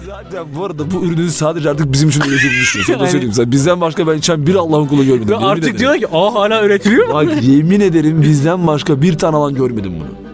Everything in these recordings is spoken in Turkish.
Zaten bu arada bu ürünün sadece artık bizim için üretildiğini düşünüyorsun. Onu da söyleyeyim sana. Bizden başka ben içen bir Allah'ın kulu görmedim. Artık diyorlar ki hala üretiliyor mu? Bak yemin ederim bizden başka bir tane alan görmedim bunu.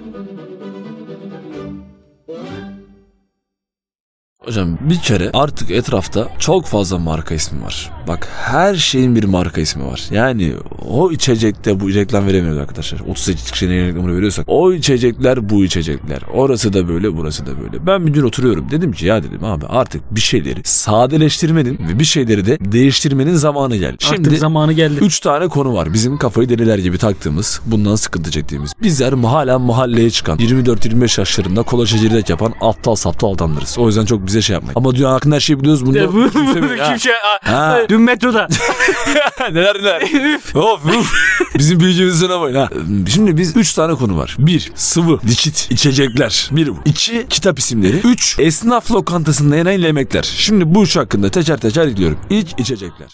Hocam bir kere artık etrafta çok fazla marka ismi var. Bak her şeyin bir marka ismi var. Yani o içecekte bu reklam veremiyoruz arkadaşlar. 38 kişinin reklamını veriyorsak o içecekler bu içecekler. Orası da böyle burası da böyle. Ben bir gün oturuyorum. Dedim ki ya dedim abi artık bir şeyleri sadeleştirmenin ve bir şeyleri de değiştirmenin zamanı geldi. Artık Şimdi zamanı geldi. 3 tane konu var. Bizim kafayı deliler gibi taktığımız, bundan sıkıntı çektiğimiz. Bizler hala mahalleye çıkan 24-25 yaşlarında kola çekirdek yapan aptal saptal adamlarız. O yüzden çok bize şey yapmayın. Ama dünya hakkında her şeyi biliyoruz. Bunu Kimse dün metroda. neler. Of. Bizim bilgimizi sınamayın ha. Şimdi biz 3 tane konu var. 1. Sıvı, likit, içecekler. 1 bu. 2. Kitap isimleri. 3. Esnaf lokantasında yenen yemekler. Şimdi bu üç hakkında teker teker gidiyorum. İlk içecekler.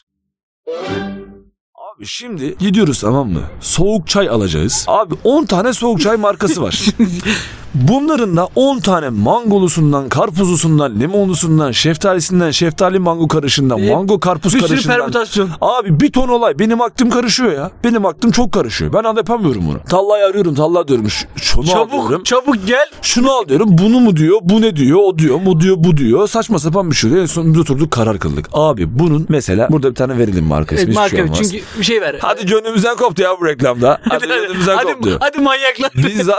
Abi şimdi gidiyoruz tamam mı? Soğuk çay alacağız. Abi 10 tane soğuk çay markası var. Bunların da 10 tane mangolusundan, karpuzlusundan, limonlusundan, şeftalisinden, şeftali mango karışından, mango karpuz bir karışından. Bir sürü permütasyon. Abi bir ton olay. Benim aklım karışıyor ya. Benim aklım çok karışıyor. Ben yapamıyorum bunu. Talla'yı arıyorum. Talla diyorum. Şunu al diyorum. Çabuk gel. Şunu al diyorum. Bunu mu diyor? Bu ne diyor? O diyor. Bu diyor. Bu diyor. Saçma sapan bir şey diyor. En sonunda oturduk karar kıldık. Abi bunun mesela burada bir tane verelim marka ismi. Evet, marka çünkü bir şey ver. Hadi gönlümüzden koptu ya bu reklamda. Hadi gönlümüzden koptu. Hadi manyaklar.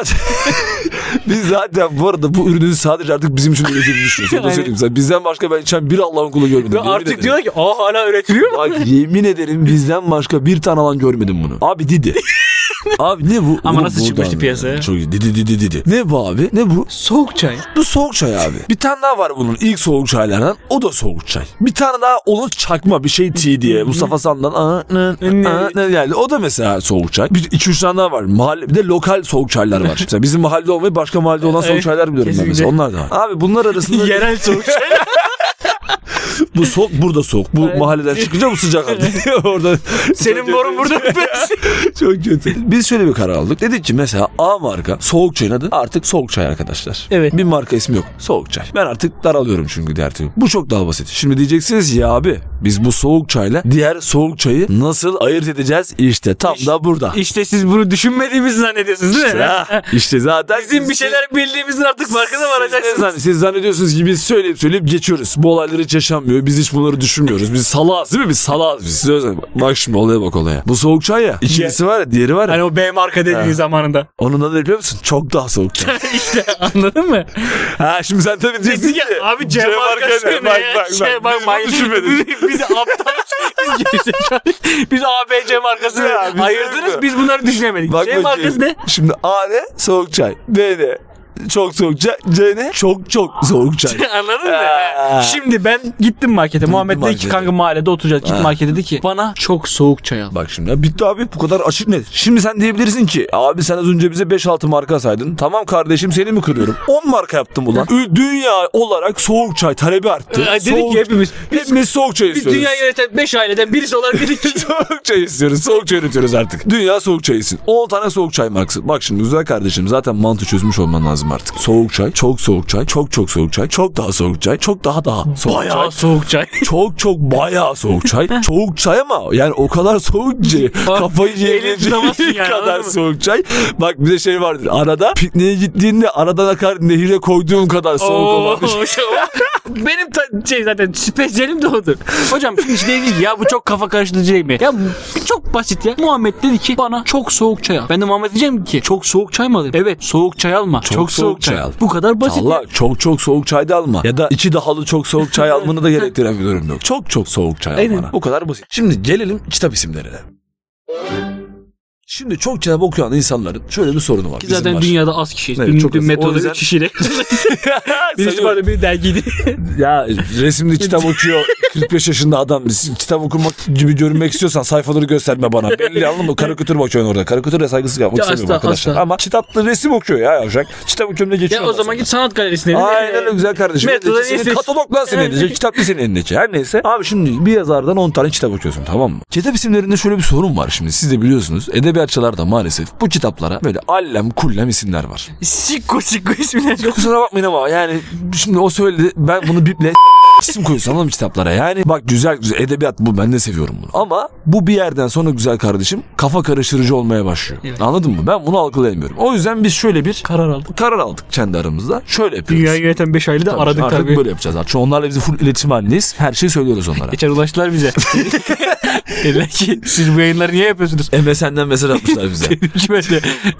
Biz zaten bu arada bu ürünün sadece artık bizim için üretildiğini düşünüyorsun. Onu da söyleyeyim sana. Bizden başka ben içen bir Allah'ın kulu görmedim. Artık diyorlar ki hala üretiliyor mu? Bak yemin ederim bizden başka bir tane alan görmedim bunu. Abi Didi. Abi ne bu? Ama nasıl çıkmıştı piyasaya? Çok iyi. Didi. Ne bu abi? Ne bu? Soğuk çay. Bu soğuk çay abi. Bir tane daha var bunun ilk soğuk çaylardan. O da soğuk çay. Bir tane daha onun çakma bir şey tea diye. Mustafa Sand'dan ne geldi? O da mesela soğuk çay. 2-3 tane daha var. Mahalle, bir de lokal soğuk çaylar var. Mesela bizim mahallede olmayı başka mahallede olan soğuk çaylar biliyorum ben mesela. Onlar da var. Abi bunlar arasında yerel soğuk çay. Bu soğuk, burada soğuk. Bu mahalleden çıkınca bu sıcak artık. Orada senin borun burada çok kötü. Biz şöyle bir karar aldık. Dedik ki mesela A marka soğuk çayın adı artık soğuk çay arkadaşlar. Evet. Bir marka ismi yok. Soğuk çay. Ben artık daralıyorum çünkü diğer türlü. Bu çok daha basit. Şimdi diyeceksiniz ya abi biz bu soğuk çayla diğer soğuk çayı nasıl ayırt edeceğiz? İşte tam da burada. İşte siz bunu düşünmediğimizi zannediyorsunuz değil mi? İşte zaten bizim bir şeyler bildiğimizin artık farkına varacaksınız. Siz zannediyorsunuz ki biz söyleyip geçiyoruz. Bu olaylar hiç yaşanmıyor. Biz hiç bunları düşünmüyoruz. Biz salağız değil mi? Biz salağız biz. Bak şimdi bak olaya. Bu soğuk çay ya. İkincisi var ya, diğeri var ya. Hani o B marka dediği zamanında. Onun adı biliyor musun? Çok daha soğuk çay. İşte anladın mı? Şimdi sen tabii diyeceksin ki. Abi C markası ne? Bak. Biz düşünmedik. Biz aptal. Biz A, B, C markasını ayırdınız. Biz bunları düşünemedik. C markası ne? Şimdi A ne? Soğuk çay. B ne? Çok soğuk çay. C ne? Çok soğuk çay. Anladın mı? Şimdi ben gittim markete. Muhammed dedi ki kanka mahallede oturacağız. Git markete dedi ki bana çok soğuk çay al. Bak şimdi bitti abi bu kadar açık net. Şimdi sen diyebilirsin ki abi sen az önce bize 5-6 marka saydın. Tamam kardeşim seni mi kırıyorum? 10 marka yaptım ulan. Dünya olarak soğuk çay talebi arttı. Dedik ki hepimiz soğuk çay istiyoruz. Biz dünya yöneten 5 aileden birisi olarak dedik ki soğuk çay istiyoruz. Soğuk çay üretiyoruz artık. Dünya soğuk çay istiyor. 10 tane soğuk çay markası. Bak şimdi güzel kardeşim zaten mantı çözmüş olman lazım artık. Soğuk çay, çok soğuk çay, çok soğuk çay, çok daha soğuk çay, çok daha soğuk bayağı çay. Soğuk çay. Çok bayağı soğuk çay. Soğuk çay ama yani o kadar soğuk ki kafayı yiyebileceğin kadar soğuk çay. Bak bir de şey vardır. Arada pikniğe gittiğinde aradan akar nehire koyduğum kadar soğuk olan bir şey. Benim zaten spesiyelim de odur. Hocam şimdi işte dedik ya bu çok kafa karıştırıcı değil mi? Ya çok basit ya. Muhammed dedi ki bana çok soğuk çay al. Ben de Muhammed diyeceğim ki çok soğuk çay mı alayım? Evet soğuk çay alma. Çok soğuk çay al. Bu kadar basit. Allah çok soğuk çay da alma. Ya da 2 dahalı çok soğuk çay almanı da gerektiren bir durum yok. Çok soğuk çay almana. Bu kadar basit. Şimdi gelelim kitap isimlerine. Şimdi çok kitap okuyan insanların şöyle bir sorunu var. Ki zaten var. Dünyada az kişiyiz. Evet, Dün metoda 3 kişiyle. Birisi vardı bir dergiydi. Ya resimli kitap okuyor 45 yaşında adam. Kitap okumak gibi görünmek istiyorsan sayfaları gösterme bana. Belli anladın mı? Karikatür bakıyorsun orada. Karikatüre saygısızlık yapmak istemiyorum arkadaşlar. Asla. Ama kitaplı resim okuyor ya yavşak. Kitap okuyorum da geçiyor. Ya o zaman git sanat galerisine. Aynen öyle güzel kardeşim. Senin katalog lan senin elindeki. Kitap senin elindeki. Her neyse. Abi şimdi bir yazardan 10 tane kitap okuyorsun tamam mı? Kitap isimlerinde şöyle bir sorun var şimdi. Siz de biliyorsunuz. Edebiyat edebiyatçılarda maalesef bu kitaplara böyle allem kullem isimler var. Sikko isimler. Kusura bakmayın ama yani şimdi o söyledi, ben bunu biple isim koyuyorsun anladın mı kitaplara? Yani bak güzel edebiyat bu, ben de seviyorum bunu. Ama bu bir yerden sonra güzel kardeşim kafa karıştırıcı olmaya başlıyor. Evet. Anladın mı? Ben bunu algılayamıyorum. O yüzden biz şöyle bir karar aldık kendi aramızda. Şöyle yapıyoruz. Dünyayı yöneten 5 aile de aradık artık tabii. Böyle yapacağız artık. Onlarla biz full iletişim halindeyiz. Her şeyi söylüyoruz onlara. Geçen ulaştılar bize. Dediler ki siz bu yayınları niye yapıyorsunuz? MSN'den mesaj atmışlar bize. Ki ben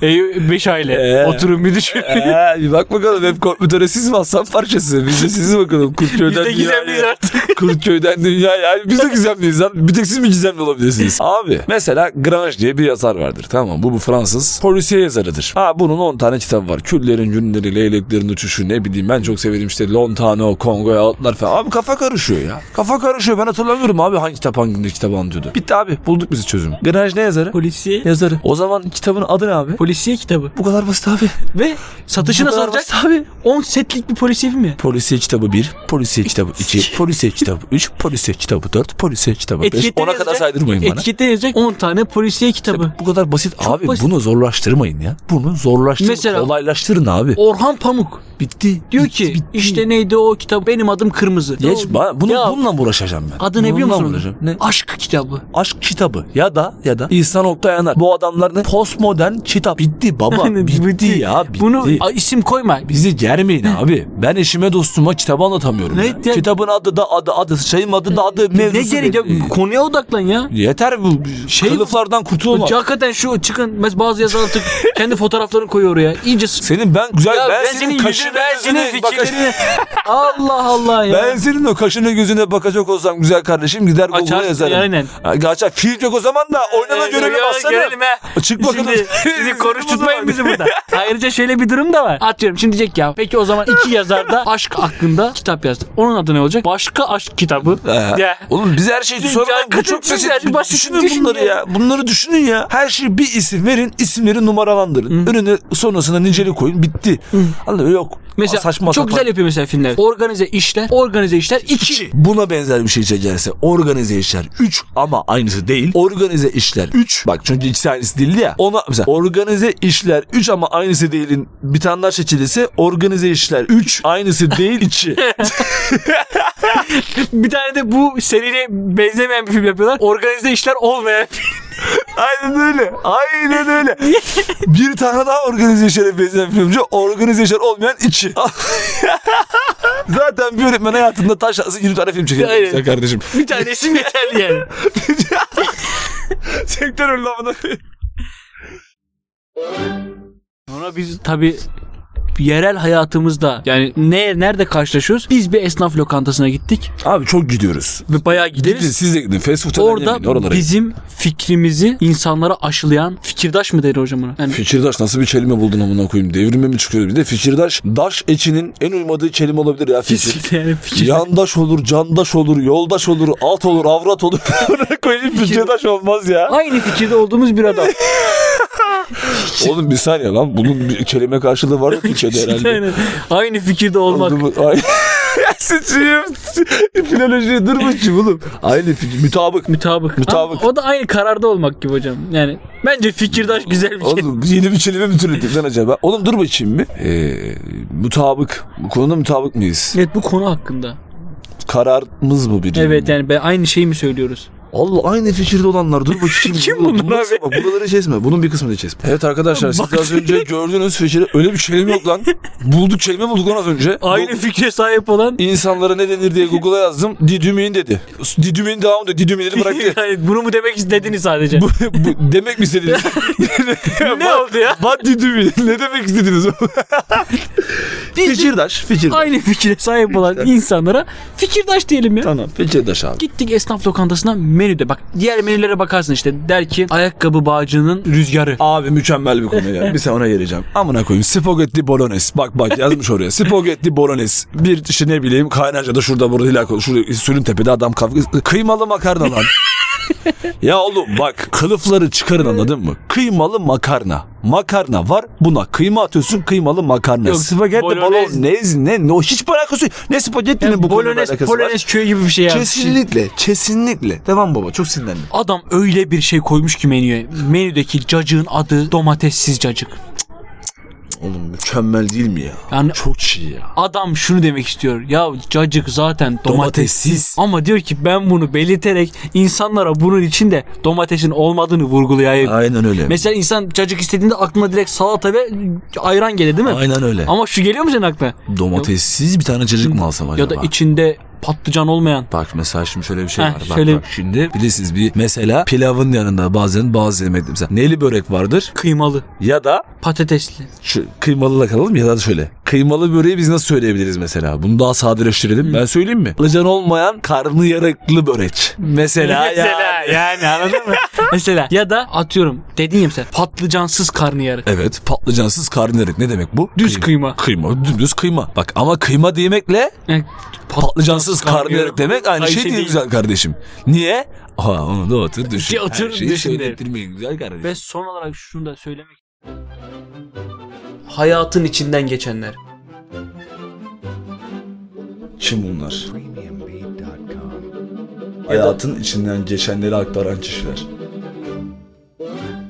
de 5 aile. Oturun bir düşün. Bir bak bakalım, hep kompütöre siz mi aslan parçası? Biz de siz bakalım. Biz de gizemliyiz artık. Kurtköy'den dünya yani. Biz de gizemliyiz lan. Bir tek siz mi gizemli olabilirsiniz? Abi mesela Grange diye bir yazar vardır, tamam mı? Bu Fransız polisiye yazarıdır. Bunun 10 tane kitabı var. Küllerin günleri, leyleklerin uçuşu, ne bileyim ben çok severim işte Lontano, Kongo'ya atlar falan. Abi kafa karışıyor ya. Kafa karışıyor. Ben hatırlamıyorum abi hangi kitap hangi kitabı anlatıyordu. Bitti abi. Bulduk biz çözümü. Grange ne yazarı? Polisiye yazarı. O zaman kitabın adı ne abi? Polisiye kitabı. Bu kadar basit abi. Ve satışı nasıl olacak? Abi. 10 setlik bir polisiye mi? Polisiye kitabı 1, polisiye kitabı 2, polisiye kitabı 3, polisiye kitabı 4, polisiye kitabı 5. Ona kadar saydırmayın bana. Etikette yazacak 10 tane polisiye kitabı. İşte bu kadar basit. Çok abi basit. Bunu zorlaştırmayın ya. Bunu zorlaştırın. Mesela, kolaylaştırın abi. Orhan Pamuk. Bitti. Diyor ki bitti. İşte neydi o kitap? Benim adım Kırmızı. Geç, bununla mı uğraşacağım ben? Adı ne biliyor musun? Ne? Aşk kitabı. Aşk kitabı. Ya da İhsan Oktay Yanar. Bu adamlar ne? Postmodern kitap. Bitti baba. bitti ya. Bitti. Bunu isim koyma. Bizi germeyin abi. Ben eşime dostuma kitabı anlatamıyorum. Ya. Kitabın adı da adı. Şeyin adı da adı. Ne gerek ya? Konuya odaklan ya. Yeter bu. Kılıflardan kurtulma. Hakikaten şu çıkın. Mesela bazı yazarlar kendi fotoğraflarını koyuyor oraya. İyice senin ben güzel ya ben senin kaşını fikirlerini Allah Allah ya. Ben senin o kaşına gözüne bakacak olsam güzel kardeşim gider Google'a yazarım. Aynen. Açar film yok o zaman da oynama görelim bassana. Görelim he. Çık bakalım. Sizi konuşturmayın bizi burada. Ayrıca şöyle bir durum da var. Atıyorum şimdi diyecek ya. Peki o zaman 2 yazar da aşk hakkında kitap yazdı. Onun adı ne olacak? Başka aşk kitabı. Ya. Oğlum biz her şeyi soralım. Bu çok basit. Düşünün bunları ya. Bunları düşünün ya. Her şey bir isim verin. İsimleri numaralandırın. Önüne sonrasında niceli koyun. Bitti. Anladın mı? Yok. Mesela saçma çok güzel yapıyor mesela filmler. Organize işler 2. Buna benzer bir şey çekerse organize işler 3 ama aynısı değil. Organize işler 3. Bak çünkü ikisi aynısı değildi ya. Ona mesela organize işler 3 ama aynısı değilin bir tane daha seçilirse organize işler 3 aynısı değil 2. Bir tane de bu seriye benzemeyen bir film yapıyorlar. Organize işler olmayan film. Aynen öyle. Bir tane daha organize işlere benzeyen filmci, organize işler olmayan 2. Zaten bir öğretmen hayatında taş atsı 20 tane film çekiyor kardeşim. Bir tane isim yeterli yani. Sektör öyle amına. Sonra biz tabii yerel hayatımızda yani nerede karşılaşıyoruz? Biz bir esnaf lokantasına gittik. Abi çok gidiyoruz. Ve bayağı gideriz. Gidin, siz de gidin. Fast food'a orada bizim fikrimizi insanlara aşılayan fikirdaş mı der hocam ona? Yani... Fikirdaş nasıl bir kelime buldun amına koyayım? Devrime mi çıkıyor? Bir de fikirdaş, daş eçinin en uymadığı kelime olabilir ya fikir. Yani fikir. Yandaş olur, candaş olur, yoldaş olur, alt olur, avrat olur. Koyayım fikirdaş olmaz ya. Aynı fikirde olduğumuz bir adam. Oğlum bir saniye lan. Bunun bir kelime karşılığı var mı Türkçe'de herhalde? Aynı fikirde olmak. Sıçayım. Filoloji dur bakayım oğlum. Aynı fikir. Mutabık. O da aynı kararda olmak gibi hocam. Yani bence fikirdaş güzel bir şey. Oğlum yeni bir kelime mi türedik lan acaba? Oğlum dur bakayım mı? Mutabık. Bu konuda mutabık mıyız? Evet bu konu hakkında. Kararımız bu bir. Evet yani aynı şeyi mi söylüyoruz? Allah aynı fikirde olanlar dur bakayım. Kim bunlar abi? Bak, buraları kesme. Bunun bir kısmını kesme. Evet arkadaşlar siz az önce gördüğünüz fikri öyle bir kelime yok lan. Kelime bulduk lan az önce. Aynı fikre sahip olan. İnsanlara ne denir diye Google'a yazdım. Didümin dedi. Didümin devam ediyor. Didümin dedi bıraktı. Yani bunu mu demek istediniz sadece? bu demek mi istediniz? Ne oldu ya? What didümin? Ne demek istediniz? Fikirdaş. Aynı fikre sahip olan insanlara fikirdaş diyelim ya. Tamam fikirdaş abi. Gittik esnaf lokantasına menüde bak diğer menülere bakarsın işte der ki ayakkabı bağcığının rüzgarı. Abi mükemmel bir konu ya. Bir sen ona geleceğim. Amına koyayım spagetti bolognese. Bak yazmış oraya. Spagetti bolognese. Bir işte ne bileyim Kaynarca'da şurada burada Hilal şurada Sülüntepe'de adam kıymalı makarna lan. Ya oğlum bak kılıfları çıkarın anladın mı? Kıymalı makarna. Makarna var. Buna kıyma atıyorsun. Kıymalı makarna. Yok, Spagetti bolognese ne? O hiç alakası yok. Ne spagettinin Yani bu konuyla alakası var? Polonez köyü gibi bir şey ya. Kesinlikle. Devam baba, çok sinirlendim. Adam öyle bir şey koymuş ki menüye. Menüdeki cacığın adı domatessiz cacık. Oğlum mükemmel değil mi ya? Yani çok çiğ ya. adam şunu demek istiyor. Ya cacık zaten Domatessiz. Ama diyor ki ben bunu belirterek insanlara bunun içinde domatesin olmadığını vurgulayayım. Aynen öyle. Mesela insan cacık istediğinde aklına direkt salata ve ayran gelir değil mi? Aynen öyle. Ama şu geliyor mu senin aklına? Domatessiz bir tane cacık mı alsam acaba? Ya da içinde patlıcan olmayan. Bak mesela şimdi şöyle bir şey Heh, var. Bak, şöyle- bak şimdi bilirsiniz bir mesela pilavın yanında bazen bazı yemekler mesela neli börek vardır Kıymalı, ya da patatesli. şu kıymalıla kalalım ya da şöyle. Kıymalı böreği biz nasıl söyleyebiliriz mesela? Bunu daha sadeleştirelim. Ben söyleyeyim mi? Patlıcan olmayan karnıyarıklı börek. Mesela yani anladın mı? Mesela ya da atıyorum dedin ya mesela patlıcansız karnıyarık. Evet, patlıcansız karnıyarık ne demek bu? Düz kıyma. Kıyma, dümdüz kıyma. Bak ama kıyma demekle Yani patlıcansız karnıyarık demek aynı şey değil değil. güzel kardeşim. Niye? Aha onu da otur düşün. Ya otur Her şeyi düşün derim. söylettirmeyin güzel kardeşim. Ve son olarak şunu da söylemek. Hayatın içinden geçenler. Kim bunlar? Hayatın içinden geçenleri aktaran kişiler.